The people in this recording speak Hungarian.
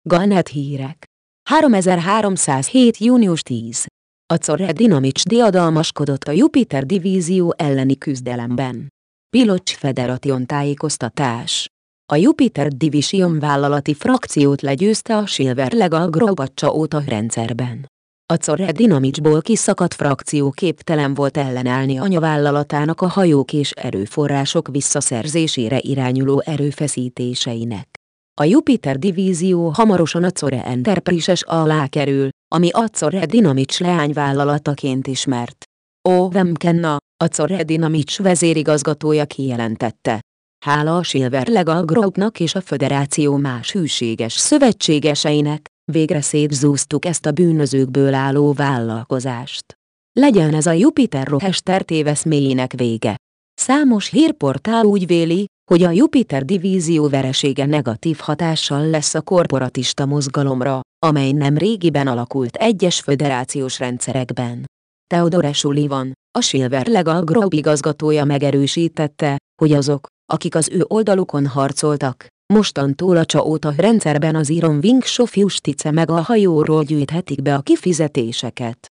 Galnet hírek. 3307. június 10. A Czore Dinamics diadalmaskodott a Jupiter divízió elleni küzdelemben. Pilots Federation tájékoztatás. A Jupiter Division vállalati frakciót legyőzte a Silver Legal Group óta rendszerben. A Czore Dinamicsból kiszakadt frakció képtelen volt ellenállni anyavállalatának a hajók és erőforrások visszaszerzésére irányuló erőfeszítéseinek. A Jupiter divízió hamarosan a Czore Enterprises alá kerül, ami a Czore Dinamics leányvállalataként ismert. Ove McKenna, a Czore Dinamics vezérigazgatója kijelentette. Hála a Silver Legal Groupnak és a föderáció más hűséges szövetségeseinek, végre szétzúztuk ezt a bűnözőkből álló vállalkozást. Legyen ez a Jupiter rohester téveszméjének vége. Számos hírportál úgy véli, hogy a Jupiter divízió veresége negatív hatással lesz a korporatista mozgalomra, amely nem régiben alakult egyes föderációs rendszerekben. Theodore Sullivan, a Silver Legal Group igazgatója megerősítette, hogy azok, akik az ő oldalukon harcoltak, mostantól a óta rendszerben az Iron Wings of Justice meg a hajóról gyűjthetik be a kifizetéseket.